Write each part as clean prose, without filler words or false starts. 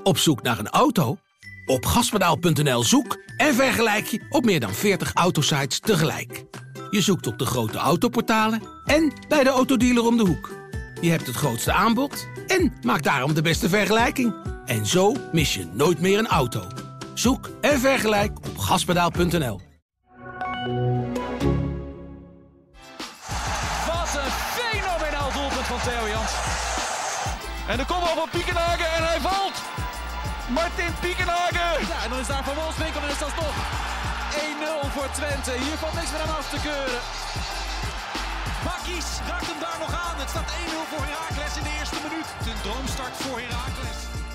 Op zoek naar een auto? Op gaspedaal.nl zoek en vergelijk je op meer dan 40 autosites tegelijk. Je zoekt op de grote autoportalen en bij de autodealer om de hoek. Je hebt het grootste aanbod en maakt daarom de beste vergelijking. En zo mis je nooit meer een auto. Zoek en vergelijk op gaspedaal.nl. Wat een fenomenaal doelpunt van Theo Jans. En de kopbal van Piekenhagen en hij valt. Martin Piekenhagen. Ja, en dan is daar Van Wolfswinkel en is dat toch 1-0 voor Twente. Hier valt niks meer aan af te keuren. Bakkies raakt hem daar nog aan. Het staat 1-0 voor Heracles in de eerste minuut. Een droomstart voor Heracles.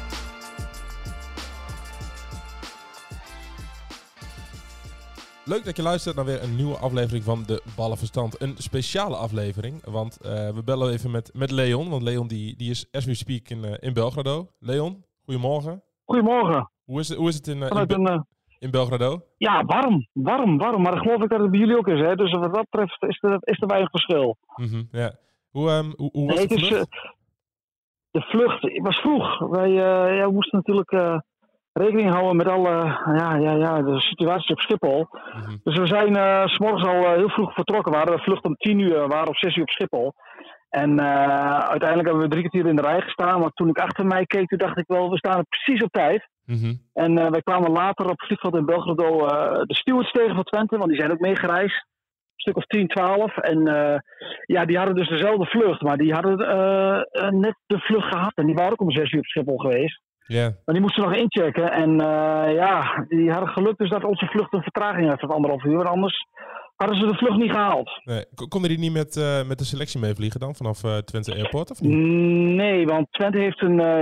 Leuk dat je luistert naar weer een nieuwe aflevering van de Ballenverstand. Een speciale aflevering, want we bellen even met Leon. Want Leon die is as we speak in Belgrado. Leon, goedemorgen. Goedemorgen. Hoe is het in Belgrado? Ja, warm. Maar dan geloof ik dat het bij jullie ook is. Hè? Dus wat dat betreft is er weinig verschil. Mm-hmm, ja. Hoe was de vlucht? De vlucht was vroeg. Wij moesten natuurlijk rekening houden met alle de situatie op Schiphol. Mm-hmm. Dus we zijn 's morgens al heel vroeg vertrokken. We hadden de vlucht om 10:00, we waren om 6:00 op Schiphol. En uiteindelijk hebben we 3 kwartier in de rij gestaan. Maar toen ik achter mij keek, toen dacht ik wel, we staan er precies op tijd. Mm-hmm. En wij kwamen later op het vliegveld in Belgrado de stewards tegen van Twente, want die zijn ook meegereisd. Een stuk of 10, 12. En die hadden dus dezelfde vlucht, maar die hadden net de vlucht gehad. En die waren ook om 6:00 op Schiphol geweest. Yeah. Maar die moesten nog inchecken. En die hadden geluk dus dat onze vlucht een vertraging heeft van 1,5 uur. Want anders hadden ze de vlucht niet gehaald. Nee. Konden die niet met de selectie meevliegen dan vanaf Twente Airport of niet? Nee, want Twente heeft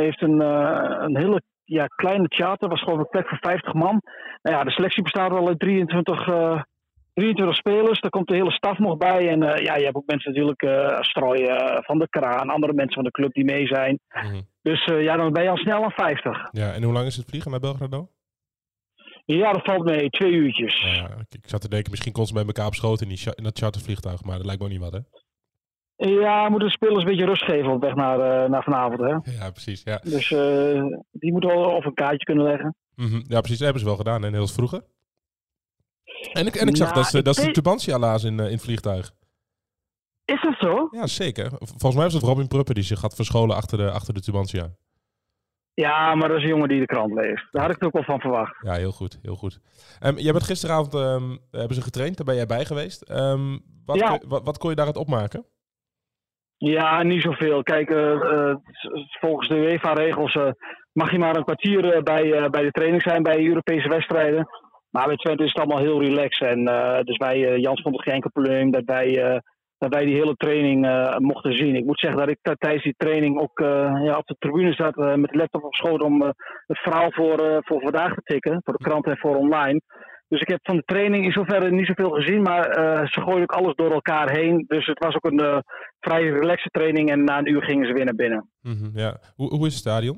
een hele kleine charter. Was gewoon een plek voor 50 man. Nou ja, de selectie bestaat al uit 23 spelers. Daar komt de hele staf nog bij. En je hebt ook mensen natuurlijk, Strooi van de Kraan, andere mensen van de club die mee zijn. Mm-hmm. Dus dan ben je al snel aan 50. Ja, en hoe lang is het vliegen naar Belgrado? Ja, dat valt mee. 2 uurtjes. Ja, ik zat te denken, misschien kon ze bij elkaar op schoot in dat chartervliegtuig. Maar dat lijkt me ook niet wat, hè? Ja, we moeten de spelers een beetje rust geven op weg naar vanavond, hè? Ja, precies. Ja. Dus die moeten wel op een kaartje kunnen leggen. Mm-hmm. Ja, precies. Dat hebben ze wel gedaan, en heel vroeger. En ik zag dat is de Tubantia-laas in het vliegtuig. Is dat zo? Ja, zeker. Volgens mij was het Robin Pruppen die zich had verscholen achter de Tubantia. Ja, maar dat is een jongen die de krant leest. Daar had ik het ook wel van verwacht. Ja, heel goed. Heel goed. Jij bent gisteravond, hebben ze getraind, daar ben jij bij geweest. Wat kon je daaruit opmaken? Ja, niet zoveel. Kijk, volgens de UEFA-regels mag je maar een kwartier bij de training zijn bij Europese wedstrijden. Maar bij Twente is het allemaal heel relaxed. En dus Jans vond het geen enkel probleem dat wij die hele training mochten zien. Ik moet zeggen dat ik tijdens die training ook op de tribune zat met de laptop op schoot om het verhaal voor vandaag te tikken. Voor de krant en voor online. Dus ik heb van de training in zoverre niet zoveel gezien. Maar ze gooiden ook alles door elkaar heen. Dus het was ook een vrij relaxe training. En na een uur gingen ze weer naar binnen. Mm-hmm, ja. Hoe is het stadion?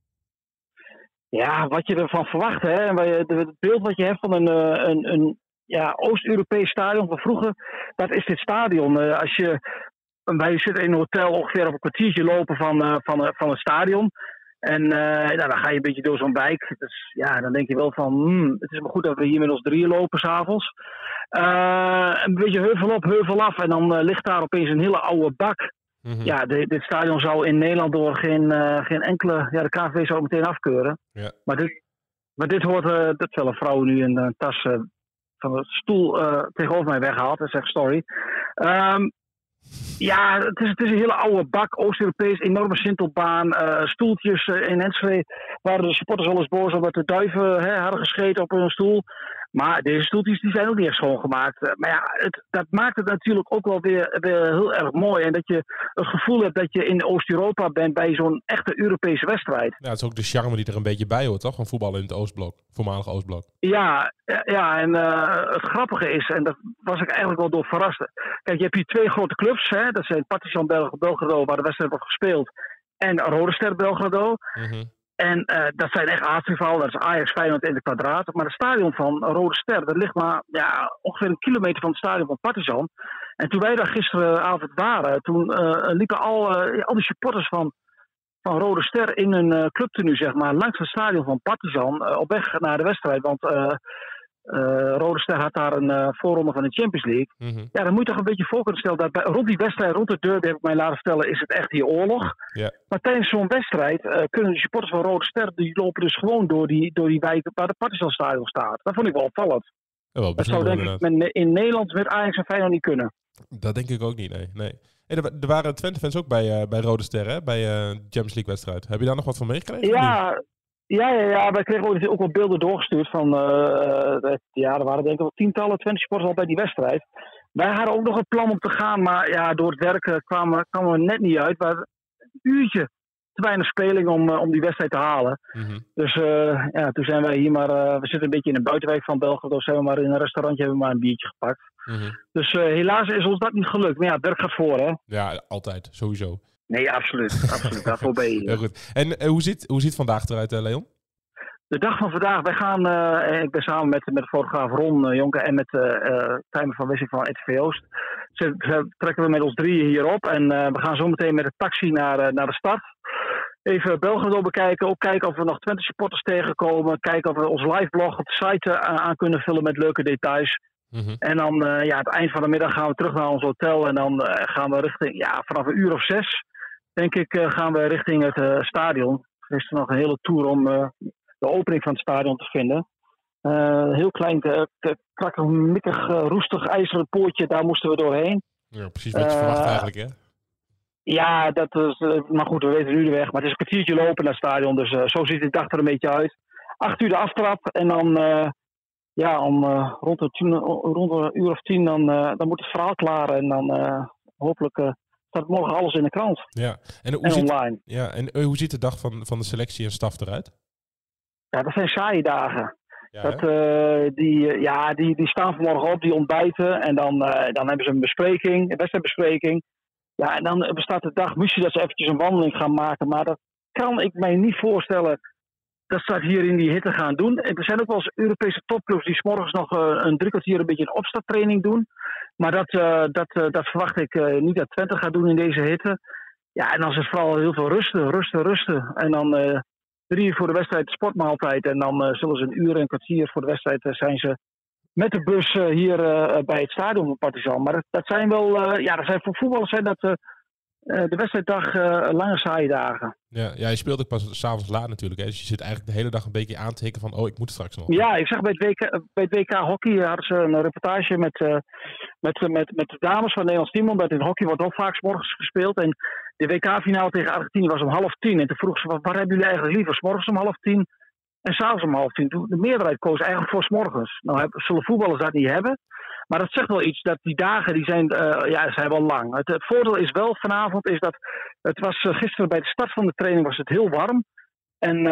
Ja, wat je ervan verwacht. Hè? Het beeld wat je hebt van een Oost-Europees stadion van vroeger, dat is dit stadion. Wij zitten in een hotel ongeveer op een kwartiertje lopen van het stadion. En dan ga je een beetje door zo'n wijk. Dus dan denk je wel van, het is maar goed dat we hier met ons 3 lopen s'avonds. Een beetje heuvel op, heuvel af. En dan ligt daar opeens een hele oude bak. Mm-hmm. Ja, dit stadion zou in Nederland door geen enkele... Ja, de KNVB zou het meteen afkeuren. Ja. Maar dit hoort... dat is wel een vrouw nu een tas van de stoel tegenover mij weggehaald. Dat is echt story. Het is een hele oude bak. Oost-Europees, enorme sintelbaan. Stoeltjes in Enschede waren de supporters wel eens boos omdat de duiven hadden gescheten op hun stoel. Maar deze stoeltjes die zijn ook niet echt schoongemaakt. Maar ja, dat maakt het natuurlijk ook wel weer heel erg mooi. En dat je het gevoel hebt dat je in Oost-Europa bent bij zo'n echte Europese wedstrijd. Ja, het is ook de charme die er een beetje bij hoort, toch? Van voetballen in het Oostblok, voormalig Oostblok. Ja, en het grappige is, en dat was ik eigenlijk wel door verrast. Kijk, je hebt hier 2 grote clubs. Hè? Dat zijn Partizan Belgrado, waar de wedstrijd wordt gespeeld. En Rode Ster Belgrado. Mm-hmm. En dat zijn echt aardsrivalen. Dat is Ajax, Feyenoord in de kwadraat. Maar het stadion van Rode Ster, dat ligt maar ongeveer 1 kilometer van het stadion van Partizan. En toen wij daar gisteravond waren, toen liepen al die supporters van van Rode Ster in een clubtenu, zeg maar, langs het stadion van Partizan op weg naar de wedstrijd. Want Rode Ster had daar een voorronde van de Champions League. Mhm. Ja, dan moet je toch een beetje voor kunnen stellen dat rond die wedstrijd, rond de derby, heb ik mij laten vertellen, is het echt hier oorlog. Ja. Maar tijdens zo'n wedstrijd kunnen de supporters van Rode Ster, die lopen dus gewoon door die wijk waar de Partizanstadion staat. Dat vond ik wel opvallend. Ja, wel Dat zou denk ik in Nederland met Ajax en Feyenoord niet kunnen. Dat denk ik ook niet, nee. En er waren Twente-fans ook bij Rode Ster, hè? Bij Champions League-wedstrijd. Heb je daar nog wat van meegekregen? Ja, wij kregen ook wel beelden doorgestuurd van... er waren denk ik wel tientallen Twente-supporters al bij die wedstrijd. Wij hadden ook nog een plan om te gaan, maar ja, door het werken kwamen we net niet uit. Maar een uurtje te weinig speling om die wedstrijd te halen. Mm-hmm. Dus toen zijn wij hier maar... we zitten een beetje in een buitenwijk van Belgrado. Dus zijn we maar in een restaurantje, hebben we maar een biertje gepakt. Mm-hmm. Dus helaas is ons dat niet gelukt. Maar ja, het werk gaat voor, hè? Ja, altijd. Sowieso. Nee, absoluut. Daarvoor ben je. Heel goed. En hoe ziet vandaag eruit, Leon? De dag van vandaag, wij gaan, ik ben samen met de fotograaf Ron Jonker en met Tijmen van Wissing van RTV Oost. Trekken we met ons drieën hier op en we gaan zo meteen met de taxi naar de stad. Even Belgrado bekijken, ook kijken of we nog Twente supporters tegenkomen. Kijken of we ons liveblog op de site aan kunnen vullen met leuke details. Mm-hmm. En dan aan het eind van de middag gaan we terug naar ons hotel en dan gaan we vanaf 6:00, denk ik, gaan we richting het stadion. Er is nog een hele tour om de opening van het stadion te vinden. Heel klein, krakkemikkig, roestig ijzeren poortje, daar moesten we doorheen. Ja, precies wat je verwacht eigenlijk, hè? Ja, dat is, maar goed, we weten nu de weg. Maar het is een kwartiertje lopen naar het stadion, dus zo ziet de dag er een beetje uit. 8 uur de aftrap en dan rond een uur of 10 dan moet het verhaal klaar. En dan hopelijk staat morgen alles in de krant. Ja. En online. Ja, en hoe ziet de dag van de selectie en staf eruit? Ja, dat zijn saaie dagen. Ja, die staan vanmorgen op, die ontbijten. En dan hebben ze een wedstrijdbespreking. Ja, en dan bestaat de dag misschien dat ze eventjes een wandeling gaan maken. Maar dat kan ik mij niet voorstellen dat ze dat hier in die hitte gaan doen. En er zijn ook wel eens Europese topclubs die 's morgens nog een 3 kwartier een beetje een opstarttraining doen. Maar dat verwacht ik niet dat Twente gaat doen in deze hitte. Ja, en dan is het vooral heel veel rusten. En dan 3 uur voor de wedstrijd de sportmaaltijd. En dan zullen ze een uur en een kwartier voor de wedstrijd zijn ze met de bus hier bij het stadion van Partizan. Maar dat zijn wel, dat zijn voor voetballers zijn dat de wedstrijddag lange saaie dagen. Ja, je speelt ook pas 's avonds laat natuurlijk. Hè? Dus je zit eigenlijk de hele dag een beetje aan te hikken van, ik moet straks nog. Ja, ik zag bij het WK hockey hadden ze een reportage met de dames van het Nederlands team. Omdat in hockey wordt ook vaak 's morgens gespeeld. En de WK-finale tegen Argentinië was om 9:30. En toen vroeg ze, waar hebben jullie eigenlijk liever? 's morgens om 9:30 en 's avonds om 9:30. De meerderheid koos eigenlijk voor 's morgens. Nou zullen voetballers dat niet hebben. Maar dat zegt wel iets, dat die dagen die zijn wel lang. Het voordeel is wel vanavond, is dat het was gisteren bij de start van de training was het heel warm. En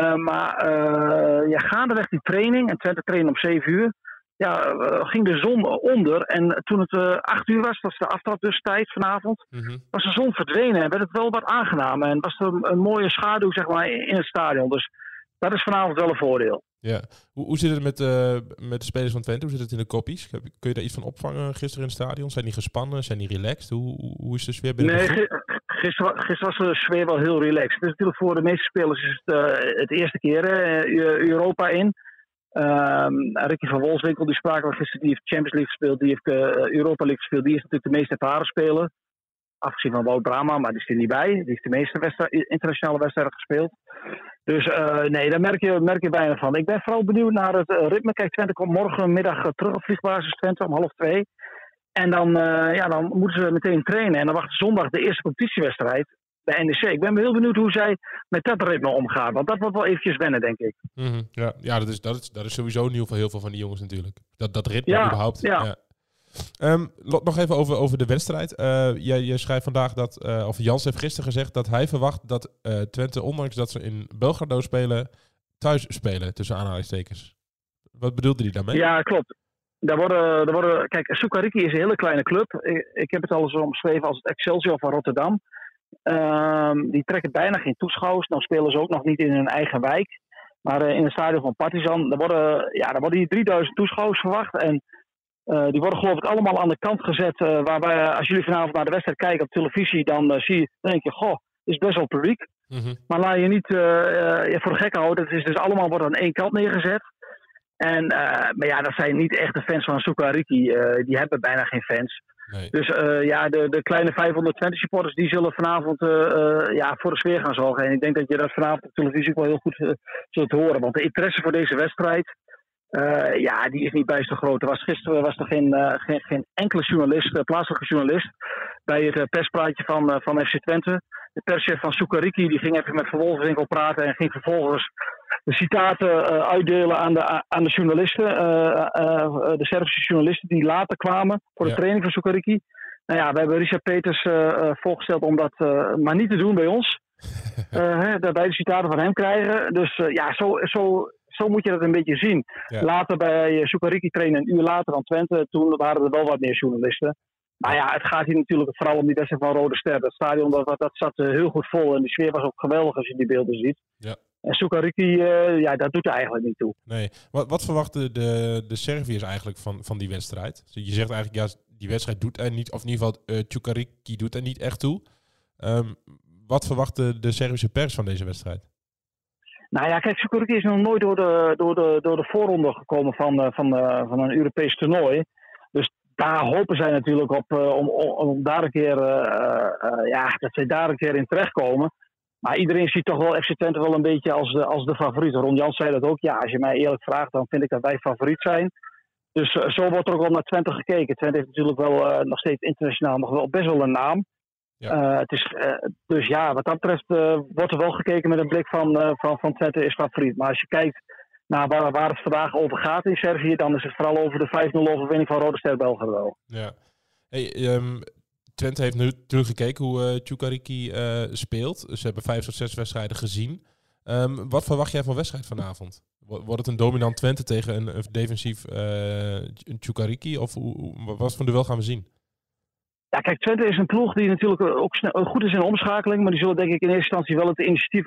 gaandeweg die training, en Twente trainen om 7 uur, ging de zon onder. En toen het 8 uur was, dat is de aftrap dus tijd vanavond, was de zon verdwenen en werd het wel wat aangenaam. En was er een mooie schaduw, zeg maar, in het stadion. Dus dat is vanavond wel een voordeel. Ja. Hoe zit het met de spelers van Twente? Hoe zit het in de koppies? Kun je daar iets van opvangen gisteren in het stadion? Zijn die gespannen? Zijn die relaxed? Hoe is de sfeer binnen de groep? Gisteren was de sfeer wel heel relaxed. Het is natuurlijk voor de meeste spelers is het eerste keer Europa in. Ricky van Wolfswinkel, die spraken we gisteren, die heeft Champions League gespeeld, die heeft Europa League gespeeld. Die is natuurlijk de meest ervaren speler. Afgezien van Wout Brama, maar die is er niet bij. Die heeft de meeste internationale wedstrijden gespeeld. Dus daar merk je weinig van. Ik ben vooral benieuwd naar het ritme. Kijk, Twente komt morgenmiddag terug op vliegbasis Twente om 1:30. En dan moeten ze meteen trainen. En dan wacht zondag de eerste competitiewedstrijd bij NEC. Ik ben heel benieuwd hoe zij met dat ritme omgaan. Want dat wordt wel eventjes wennen, denk ik. Mm-hmm. Ja, dat is sowieso nieuw voor heel veel van die jongens natuurlijk. Dat ritme überhaupt. Ja. Nog even over de wedstrijd. Jij schrijft vandaag of Jans heeft gisteren gezegd dat hij verwacht dat Twente, ondanks dat ze in Belgrado spelen, thuis spelen, tussen aanhalingstekens. Wat bedoelde hij daarmee? Ja, klopt. Kijk, Sukariki is een hele kleine club. Ik heb het al eens omschreven als het Excelsior van Rotterdam. Die trekken bijna geen toeschouwers. Nou spelen ze ook nog niet in hun eigen wijk. Maar in het stadion van Partizan, daar worden hier 3000 toeschouwers verwacht. En die worden geloof ik allemaal aan de kant gezet. Waarbij als jullie vanavond naar de wedstrijd kijken op televisie, dan denk je, goh, is best wel publiek. Maar laat je niet voor de gek houden. Het is dus allemaal wordt aan één kant neergezet. Maar ja, dat zijn niet echt de fans van Sukariki. Die hebben bijna geen fans. Nee. Dus de kleine 520 supporters die zullen vanavond voor de sfeer gaan zorgen. En ik denk dat je dat vanavond op televisie ook wel heel goed zult horen. Want de interesse voor deze wedstrijd, die is niet bijster groot. Gisteren was er geen enkele journalist, plaatselijke journalist, bij het perspraatje van FC Twente. De perschef van Sukariki die ging even met Van Wolfswinkel praten en ging vervolgens de citaten uitdelen aan de journalisten, de Servische journalisten die later kwamen voor de training van Sukariki. Nou ja, we hebben Richard Peters voorgesteld om dat maar niet te doen bij ons. Dat wij de citaten van hem krijgen. Dus zo moet je dat een beetje zien. Ja. Later bij Sukariki trainen, een uur later dan Twente, toen waren er wel wat meer journalisten. Maar ja, het gaat hier natuurlijk vooral om die wedstrijd van Rode Ster. Dat stadion dat zat heel goed vol en de sfeer was ook geweldig als je die beelden ziet. Ja. En Sukariki, dat doet er eigenlijk niet toe. Nee. Wat verwachten de Serviërs eigenlijk van die wedstrijd? Dus je zegt eigenlijk, die wedstrijd doet er niet, of in ieder geval Sukariki doet er niet echt toe. Wat verwacht de Servische pers van deze wedstrijd? Nou ja, kijk, Sukariki is nog nooit door de voorronde gekomen van een Europees toernooi. Dus daar hopen zij natuurlijk op om daar een keer, dat zij daar een keer in terechtkomen. Maar iedereen ziet toch wel FC Twente wel een beetje als de favoriet. Ron Jans zei dat ook. Ja, als je mij eerlijk vraagt, dan vind ik dat wij favoriet zijn. Dus zo wordt er ook wel naar Twente gekeken. Twente heeft natuurlijk wel nog steeds internationaal nog wel best wel een naam. Ja. Dus ja, wat dat betreft wordt er wel gekeken met een blik van Twente is favoriet. Maar als je kijkt naar waar het vandaag over gaat in Servië, dan is het vooral over de 5-0 overwinning van Rode Ster Belgrado. Ja. Hey, Twente heeft nu natuurlijk gekeken hoe Sukariki speelt. Ze hebben 5 tot 6 wedstrijden gezien. Wat verwacht jij van wedstrijd vanavond? Wordt het een dominant Twente tegen een defensief een Sukariki? Of wat voor duel gaan we zien? Ja, kijk, Twente is een ploeg die natuurlijk ook goed is in de omschakeling. Maar die zullen denk ik in eerste instantie wel het initiatief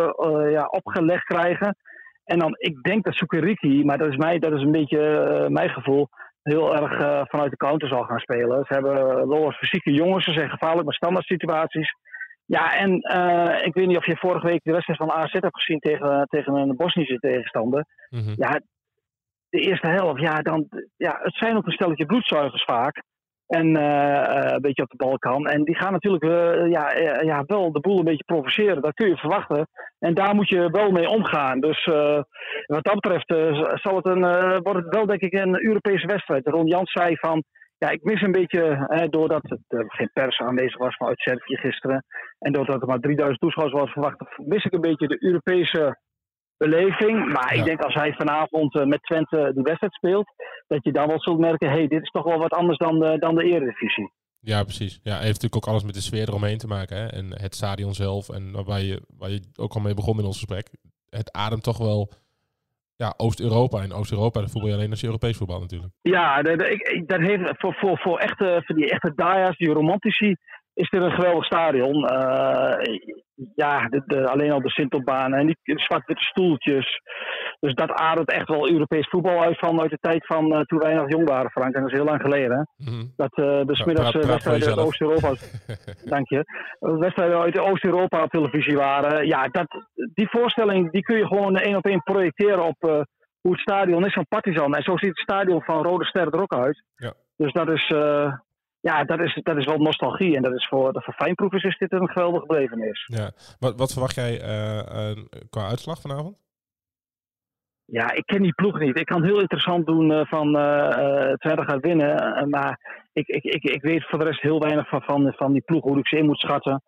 opgelegd krijgen. En dan, ik denk dat Sukariki, maar dat is een beetje mijn gevoel, heel erg vanuit de counter zal gaan spelen. Ze hebben wel wat fysieke jongens, ze zijn gevaarlijk met standaard situaties. Ja, en ik weet niet of je vorige week de wedstrijd van AZ hebt gezien tegen een Bosnische tegenstander. Mm-hmm. Ja, de eerste helft, het zijn ook een stelletje bloedzuigers vaak. En een beetje op de Balkan. En die gaan natuurlijk wel de boel een beetje provoceren. Dat kun je verwachten. En daar moet je wel mee omgaan. Dus wat dat betreft wordt het wel denk ik een Europese wedstrijd. Ron Jans zei van, ik mis een beetje, doordat er geen pers aanwezig was vanuit Servië gisteren. En doordat er maar 3000 toeschouwers was verwacht, mis ik een beetje de Europese beleving. Maar ik denk als hij vanavond met Twente de wedstrijd speelt, dat je dan wel zult merken, dit is toch wel wat anders dan de Eredivisie. Ja, precies. Ja, heeft natuurlijk ook alles met de sfeer eromheen te maken. Hè? En het stadion zelf. En waar je ook al mee begon in ons gesprek. Het ademt toch wel Oost-Europa. En Oost-Europa, dat voetbal je alleen als je Europees voetbal natuurlijk. Ja, dat heeft voor die echte diehards, die romantici, is dit een geweldig stadion. Alleen al de Sintelbaan en die zwart-witte stoeltjes. Dus dat ademt echt wel Europees voetbal uit de tijd van toen wij nog jong waren, Frank. En dat is heel lang geleden. Mm-hmm. Dat de smiddags wedstrijden uit Oost-Europa, dank je, wedstrijden uit Oost-Europa op televisie waren. Ja, die voorstelling die kun je gewoon 1-op-1 projecteren op hoe het stadion is van Partizan. En zo ziet het stadion van Rode Ster er ook uit. Ja. Dus dat is... dat is wel nostalgie. En dat is voor fijnproevers is dit een geweldige belevenis. Ja. Wat verwacht jij qua uitslag vanavond? Ja, ik ken die ploeg niet. Ik kan het heel interessant doen van Twente gaat winnen. Maar ik weet voor de rest heel weinig van die ploeg, hoe ik ze in moet schatten.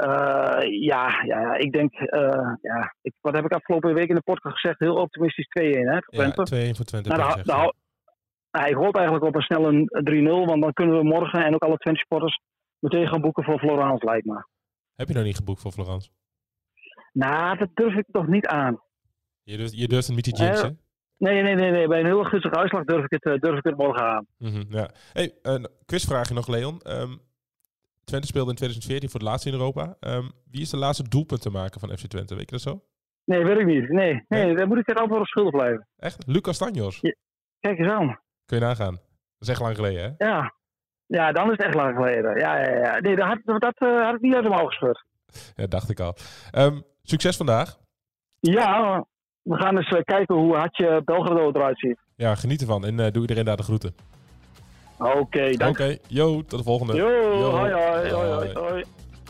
Ik denk... wat heb ik afgelopen week in de podcast gezegd? Heel optimistisch 2-1, hè? Twente. Ja, 2-1 voor Twente. Ik hoop eigenlijk op een snelle 3-0, want dan kunnen we morgen en ook alle Twente supporters meteen gaan boeken voor Florence, lijkt me. Heb je nou niet geboekt voor Florence? Nou, dat durf ik toch niet aan. Je durft het niet te jinxen? Nee. Bij een heel gunstige uitslag durf ik het morgen aan. Mm-hmm, ja. Hey, quizvraagje nog, Leon. Twente speelde in 2014 voor het laatst in Europa. Wie is de laatste doelpunt te maken van FC Twente? Weet je dat zo? Nee, weet ik niet. Nee, daar moet ik het antwoord op schuldig blijven. Echt? Lucas Tanjos? Ja. Kijk eens aan. Kun je nagaan. Dat is echt lang geleden, hè? Ja, dan is het echt lang geleden. Ja. Nee, dat had ik niet uit hem al geschud. Ja, dacht ik al. Succes vandaag. Ja, we gaan eens kijken hoe Hartje Belgrado eruit ziet. Ja, geniet ervan en doe iedereen daar de groeten. Oké, dank. Oké, tot de volgende. Yo, hoi.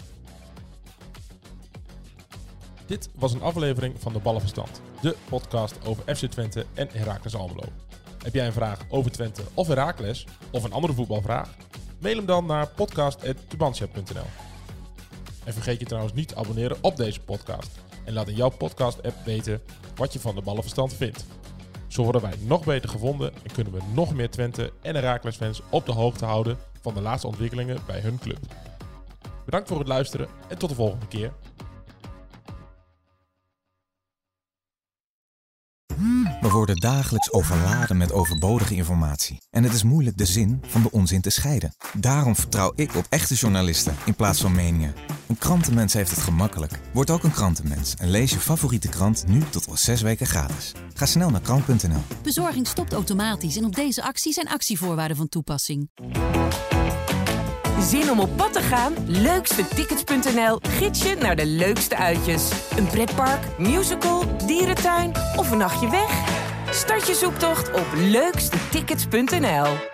Dit was een aflevering van de Ballenverstand. De podcast over FC Twente en Heracles Almelo. Heb jij een vraag over Twente of Heracles of een andere voetbalvraag? Mail hem dan naar podcast@tubantia.nl. En vergeet je trouwens niet te abonneren op deze podcast. En laat in jouw podcast-app weten wat je van de Ballenverstand vindt. Zo worden wij nog beter gevonden en kunnen we nog meer Twente en Heracles fans op de hoogte houden van de laatste ontwikkelingen bij hun club. Bedankt voor het luisteren en tot de volgende keer. We worden dagelijks overladen met overbodige informatie. En het is moeilijk de zin van de onzin te scheiden. Daarom vertrouw ik op echte journalisten in plaats van meningen. Een krantenmens heeft het gemakkelijk. Word ook een krantenmens en lees je favoriete krant nu tot al 6 weken gratis. Ga snel naar krant.nl. Bezorging stopt automatisch en op deze actie zijn actievoorwaarden van toepassing. Zin om op pad te gaan? Leukstetickets.nl gids je naar de leukste uitjes. Een pretpark, musical, dierentuin of een nachtje weg? Start je zoektocht op leukstetickets.nl.